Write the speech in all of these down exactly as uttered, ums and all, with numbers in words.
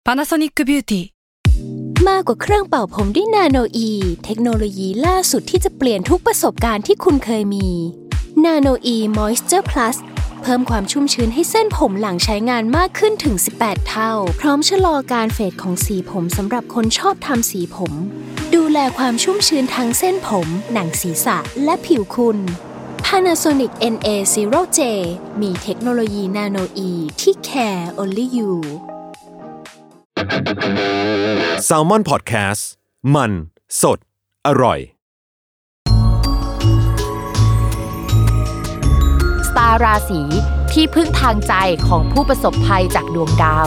Panasonic Beauty มากกว่าเครื่องเป่าผมด้วยนาโนอีเทคโนโลยีล่าสุดที่จะเปลี่ยนทุกประสบการณ์ที่คุณเคยมีนาโนอีมอยส์เจอร์พลัสเพิ่มความชุ่มชื้นให้เส้นผมหลังใช้งานมากขึ้นถึงสิบแปดเท่าพร้อมชะลอการเฟดของสีผมสำหรับคนชอบทำสีผมดูแลความชุ่มชื้นทั้งเส้นผมหนังศีรษะและผิวคุณ Panasonic เอ็น เอ ศูนย์ เจ มีเทคโนโลยีนาโนอีที่ care only you Salmon Podcast มันสดอร่อยสตาร์ราศีที่พึ่งทางใจของผู้ประสบภัยจากดวงดาว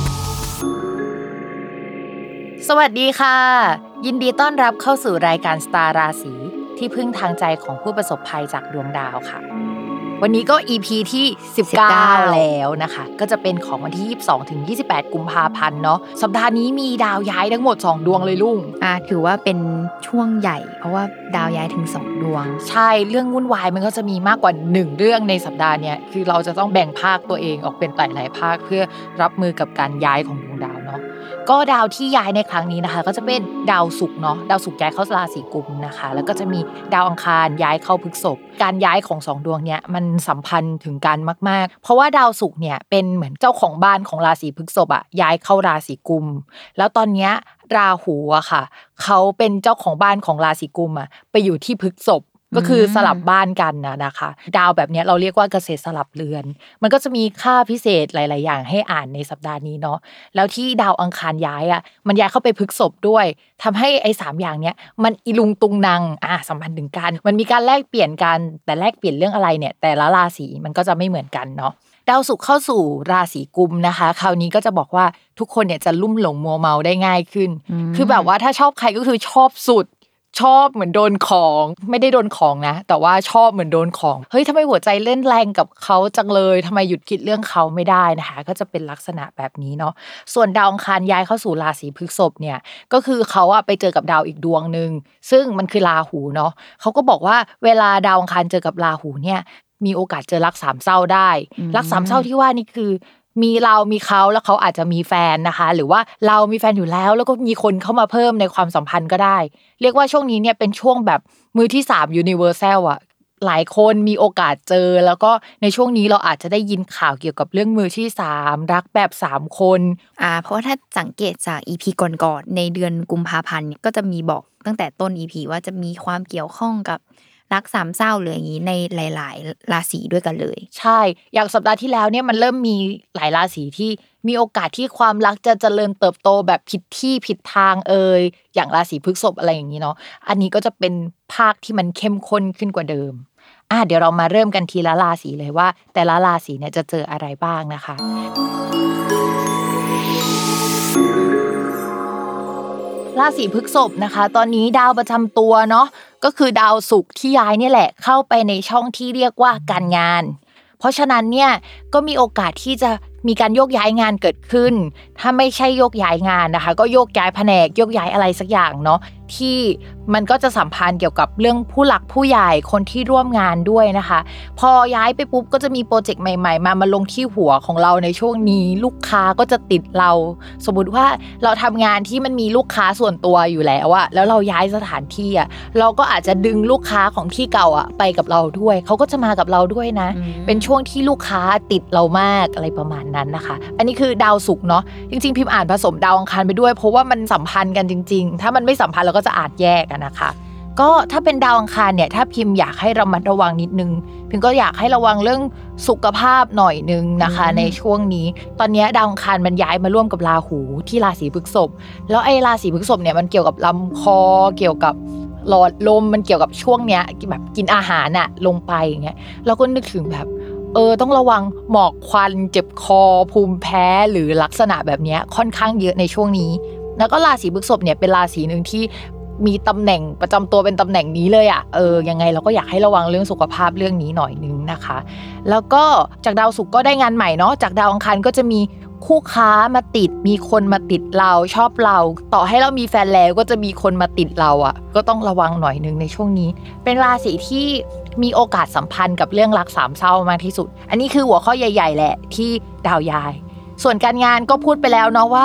สวัสดีค่ะยินดีต้อนรับเข้าสู่รายการสตาร์ราศีที่พึ่งทางใจของผู้ประสบภัยจากดวงดาวค่ะวันนี้ก็ อี พี ที่สิบเก้าแล้วนะคะก็จะเป็นของวันที่ยี่สิบสองถึงยี่สิบแปดกุมภาพันธ์เนาะสัปดาห์นี้มีดาวย้ายทั้งหมดสองดวงเลยลุงอ่าถือว่าเป็นช่วงใหญ่เพราะว่าดาวย้ายถึงสองดวงใช่เรื่องวุ่นวายมันก็จะมีมากกว่าหนึ่งเรื่องในสัปดาห์เนี้ยคือเราจะต้องแบ่งภาคตัวเองออกเป็นหลายๆภาคเพื่อรับมือกับการย้ายของดวงดาวเนาะก็ดาวที่ย้ายในครั้งนี้นะคะก็จะเป็นดาวศุกร์เนาะดาวศุกร์ย้ายเข้าราศีกุมนะคะแล้วก็จะมีดาวอังคารย้ายเข้าพฤษภการย้ายของสองดวงเนี้ยมันสัมพันธ์ถึงกันมากๆเพราะว่าดาวศุกร์เนี่ยเป็นเหมือนเจ้าของบ้านของราศีพฤษภอ่ะย้ายเข้าราศีกุมแล้วตอนเนี้ยราหูอะค่ะเขาเป็นเจ้าของบ้านของราศีกุมอะไปอยู่ที่พฤษภก็คือสลับบ้านกันนะนะคะดาวแบบนี้เราเรียกว่าเกษตรสลับเรือนมันก็จะมีค่าพิเศษหลายๆอย่างให้อ่านในสัปดาห์นี้เนาะแล้วที่ดาวอังคารย้ายอ่ะมันย้ายเข้าไปพฤษภด้วยทำให้ไอ้สามอย่างเนี้ยมันอีลุงตุงนางอ่ะสัมพันธ์ถึงกันมันมีการแลกเปลี่ยนกันแต่แลกเปลี่ยนเรื่องอะไรเนี่ยแต่ละราศีมันก็จะไม่เหมือนกันเนาะดาวศุกร์เข้าสู่ราศีกุมนะคะคราวนี้ก็จะบอกว่าทุกคนเนี่ยจะลุ่มหลงมัวเมาได้ง่ายขึ้นคือแบบว่าถ้าชอบใครก็คือชอบสุดชอบเหมือนโดนของไม่ได้โดนของนะแต่ว่าชอบเหมือนโดนของเฮ้ยทำไมหัวใจเล่นแรงกับเขาจังเลยทำไมหยุดคิดเรื่องเขาไม่ได้นะคะก็จะเป็นลักษณะแบบนี้เนาะส่วนดาวอังคารย้ายเข้าสู่ราศีพฤษภเนี่ยก็คือเขาอะไปเจอกับดาวอีกดวงนึงซึ่งมันคือราหูเนาะเขาก็บอกว่าเวลาดาวอังคารเจอกับราหูเนี่ยมีโอกาสเจอรักสามเศร้าได้รักสามเศร้าที่ว่านี่คือมีเรามีเขาแล้วเขาอาจจะมีแฟนนะคะหรือว่าเรามีแฟนอยู่แล้วแล้วก็มีคนเข้ามาเพิ่มในความสัมพันธ์ก็ได้เรียกว่าช่วงนี้เนี่ยเป็นช่วงแบบมือที่สาม Universal อ่ะหลายคนมีโอกาสเจอแล้วก็ในช่วงนี้เราอาจจะได้ยินข่าวเกี่ยวกับเรื่องมือที่สามรักแบบสามคนอ่าเพราะว่าถ้าสังเกตจาก อี พี ก่อนๆในเดือนกุมภาพันธ์ก็จะมีบอกตั้งแต่ต้น อี พี ว่าจะมีความเกี่ยวข้องกับรักสามเศร้าหรืออย่างนี้ในหลายๆราศีด้วยกันเลยใช่อย่างสัปดาห์ที่แล้วเนี่ยมันเริ่มมีหลายราศีที่มีโอกาสที่ความรักจะเจริญเติบโตแบบผิดที่ผิดทางเอ่ยอย่างราศีพฤษภอะไรอย่างนี้เนาะอันนี้ก็จะเป็นภาคที่มันเข้มข้นขึ้นกว่าเดิมอ่ะเดี๋ยวเรามาเริ่มกันทีละราศีเลยว่าแต่ละราศีเนี่ยจะเจออะไรบ้างนะคะราศีพฤษภนะคะตอนนี้ดาวประจำตัวเนาะก็คือดาวศุกร์ที่ย้ายนี่แหละเข้าไปในช่องที่เรียกว่าการงานเพราะฉะนั้นเนี่ยก็มีโอกาสที่จะมีการโยกย้ายงานเกิดขึ้นถ้าไม่ใช่โยกย้ายงานนะคะก็โยกย้ายแผนกโยกย้ายอะไรสักอย่างเนาะที่มันก็จะสัมพันธ์เกี่ยวกับเรื่องผู้หลักผู้ใหญ่คนที่ร่วมงานด้วยนะคะพอย้ายไปปุ๊บก็จะมีโปรเจกต์ใหม่ๆมามาลงที่หัวของเราในช่วงนี้ลูกค้าก็จะติดเราสมมุติว่าเราทำงานที่มันมีลูกค้าส่วนตัวอยู่แล้วอะแล้วเราย้ายสถานที่อะเราก็อาจจะดึงลูกค้าของที่เก่าอะไปกับเราด้วยเขาก็จะมากับเราด้วยนะเป็นช่วงที่ลูกค้าติดเรามากอะไรประมาณนั้นนะคะอันนี้คือดาวศุกร์เนาะจริงๆพิมพ์อ่านผสมดาวอังคารไปด้วยเพราะว่ามันสัมพันธ์กันจริงๆถ้ามันไม่สัมพันธ์เราก็จะอ่านแยกนะคะก็ถ้าเป็นดาวอังคารเนี่ยถ้าพิมพ์อยากให้ระมัดระวังนิดนึงพิมพ์ก็อยากให้ระวังเรื่องสุขภาพหน่อยนึงนะคะในช่วงนี้ตอนนี้ดาวอังคารมันย้ายมาร่วมกับราหูที่ราศีพฤษภแล้วไอ้ราศีพฤษภเนี่ยมันเกี่ยวกับลำคอเกี่ยวกับหลอดลมมันเกี่ยวกับช่วงเนี้ยแบบกินอาหารอะลงไปอย่างเงี้ยเราก็นึกถึงแบบเออต้องระวังหมอกควันเจ็บคอภูมิแพ้หรือลักษณะแบบนี้ค่อนข้างเยอะในช่วงนี้แล้วก็ราศีพฤษภเนี่ยเป็นราศีนึงที่มีตำแหน่งประจำตัวเป็นตำแหน่งนี้เลยอ่ะเออยังไงเราก็อยากให้ระวังเรื่องสุขภาพเรื่องนี้หน่อยนึงนะคะแล้วก็จากดาวศุกร์ก็ได้งานใหม่เนาะจากดาวอังคารก็จะมีคู่ค้ามาติดมีคนมาติดเราชอบเราต่อให้เรามีแฟนแล้วก็จะมีคนมาติดเราอ่ะก็ต้องระวังหน่อยนึงในช่วงนี้เป็นราศีที่มีโอกาสสัมพันธ์กับเรื่องรักสามเศร้ามากที่สุดอันนี้คือหัวข้อใหญ่ๆแหละที่ดาวย้ายส่วนการงานก็พูดไปแล้วเนาะว่า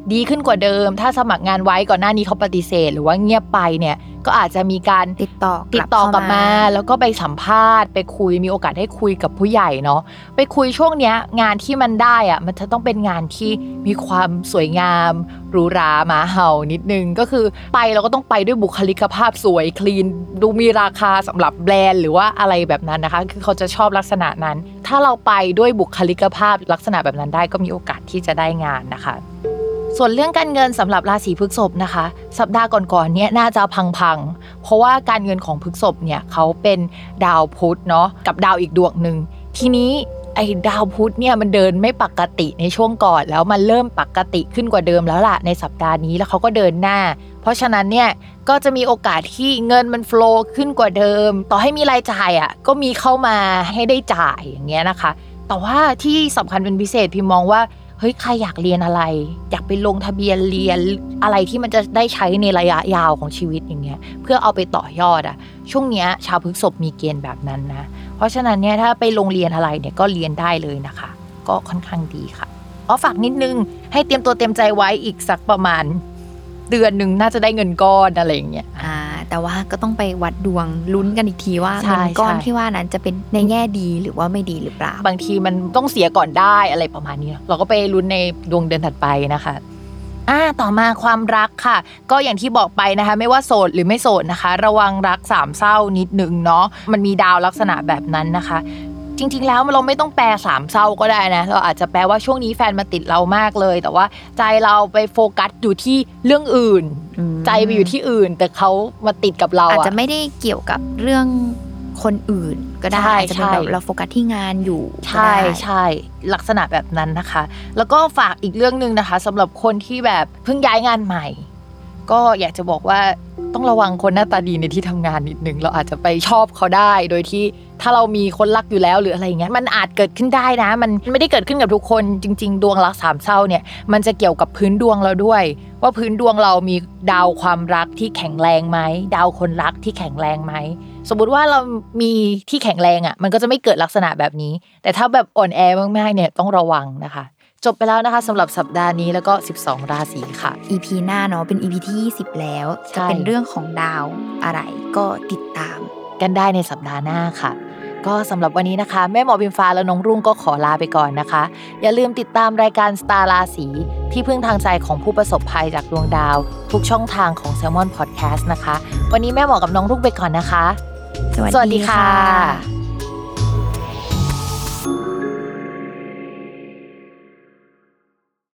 ดีขึ้นกว่าเดิมถ้าสมัครงานไว้ก่อนหน้านี้เขาปฏิเสธหรือว่าเงียบไปเนี่ยก็อาจจะมีการติดต่อติดต่อกลับมาแล้วก็ไปสัมภาษณ์ไปคุยมีโอกาสได้คุยกับผู้ใหญ่เนาะไปคุยช่วงเนี้ยงานที่มันได้อ่ะมันจะต้องเป็นงานที่มีความสวยงามหรูหราหมาเห่านิดนึงก็คือไปเราก็ต้องไปด้วยบุคลิกภาพสวยคลีนดูมีราคาสำหรับแบรนด์หรือว่าอะไรแบบนั้นนะคะคือเขาจะชอบลักษณะนั้นถ้าเราไปด้วยบุคลิกภาพลักษณะแบบนั้นได้ก็มีโอกาสที่จะได้งานนะคะส่วนเรื่องการเงินสำหรับราศีพฤษภนะคะสัปดาห์ก่อนๆเนี่ยน่าจะพังๆเพราะว่าการเงินของพฤษภเนี่ยเขาเป็นดาวพุธเนาะกับดาวอีกดวงนึงทีนี้ไอ้ดาวพุธเนี่ยมันเดินไม่ปกติในช่วงก่อนแล้วมันเริ่มปกติขึ้นกว่าเดิมแล้วล่ะในสัปดาห์นี้แล้วเขาก็เดินหน้าเพราะฉะนั้นเนี่ยก็จะมีโอกาสที่เงินมันโฟลว์ขึ้นกว่าเดิมต่อให้มีรายจ่ายอ่ะก็มีเข้ามาให้ได้จ่ายอย่างเงี้ยนะคะแต่ว่าที่สำคัญเป็นพิเศษพี่มองว่าเฮ้ยใครอยากเรียนอะไรอยากไปลงทะเบียนเรียนอะไรที่มันจะได้ใช้ในระยะยาวของชีวิตอย่างเงี้ยเพื่อเอาไปต่อยอดอ่ะช่วงเนี้ยชาวพฤษภมีเกณฑ์แบบนั้นนะเพราะฉะนั้นเนี่ยถ้าไปโรงเรียนอะไรเนี่ยก็เรียนได้เลยนะคะก็ค่อนข้างดีค่ะอ๋อฝากนิดนึงให้เตรียมตัวเตรียมใจไว้อีกสักประมาณเดือนนึงน่าจะได้เงินก้อนอะไรอย่างเงี้ยอ่าแต่ว่าก็ต้องไปวัดดวงลุ้นกันอีกทีว่าเงินก้อนที่ว่านั้นจะเป็นในแง่ดีหรือว่าไม่ดีหรือเปล่าบางทีมันต้องเสียก่อนได้อะไรประมาณนี้เราก็ไปลุ้นในดวงเดือนถัดไปนะคะอ่าต่อมาความรักค่ะก็อย่างที่บอกไปนะคะไม่ว่าโสดหรือไม่โสดนะคะระวังรักสามเศร้านิดนึงเนาะมันมีดาวลักษณะแบบนั้นนะคะจริงๆแล้วเราไม่ต้องแปลสามเศร้าก็ได้นะเราอาจจะแปลว่าช่วงนี้แฟนมาติดเรามากเลยแต่ว่าใจเราไปโฟกัสอยู่ที่เรื่องอื่นใจไปอยู่ที่อื่นแต่เขามาติดกับเราอาจจะไม่ได้เกี่ยวกับเรื่องคนอื่นก็ได้จะเป็นแบบเราโฟกัสที่งานอยู่ใช่ใช่ลักษณะแบบนั้นนะคะแล้วก็ฝากอีกเรื่องนึงนะคะสำหรับคนที่แบบเพิ่งย้ายงานใหม่ก็อยากจะบอกว่าต้องระวังคนหน้าตาดีในที่ทำงานนิดนึงเราอาจจะไปชอบเขาได้โดยที่ถ้าเรามีคนรักอยู่แล้วหรืออะไรอย่างเงี้ยมันอาจเกิดขึ้นได้นะมันไม่ได้เกิดขึ้นกับทุกคนจริงๆดวงรักสามเศร้าเนี่ยมันจะเกี่ยวกับพื้นดวงเราด้วยว่าพื้นดวงเรามีดาวความรักที่แข็งแรงไหมดาวคนรักที่แข็งแรงไหมสมมุติว่าเรามีที่แข็งแรงอ่ะมันก็จะไม่เกิดลักษณะแบบนี้แต่ถ้าแบบอ่อนแอมากๆเนี่ยต้องระวังนะคะจบไปแล้วนะคะสำหรับสัปดาห์นี้แล้วก็สิบสองราศีค่ะอี พี หน้าเนาะเป็น อี พี ที่ยี่สิบแล้วจะเป็นเรื่องของดาวอะไรก็ติดตามกันได้ในสัปดาห์หน้าค่ะก็สำหรับวันนี้นะคะแม่หมอบิมฟ้าและน้องรุ่งก็ขอลาไปก่อนนะคะอย่าลืมติดตามรายการสตาร์ราศีที่พึ่งทางใจของผู้ประสบภัยจากดวงดาวทุกช่องทางของ Salmon Podcast นะคะวันนี้แม่หมอกับน้องรุ่งไปก่อนนะคะสวัสดีค่ะ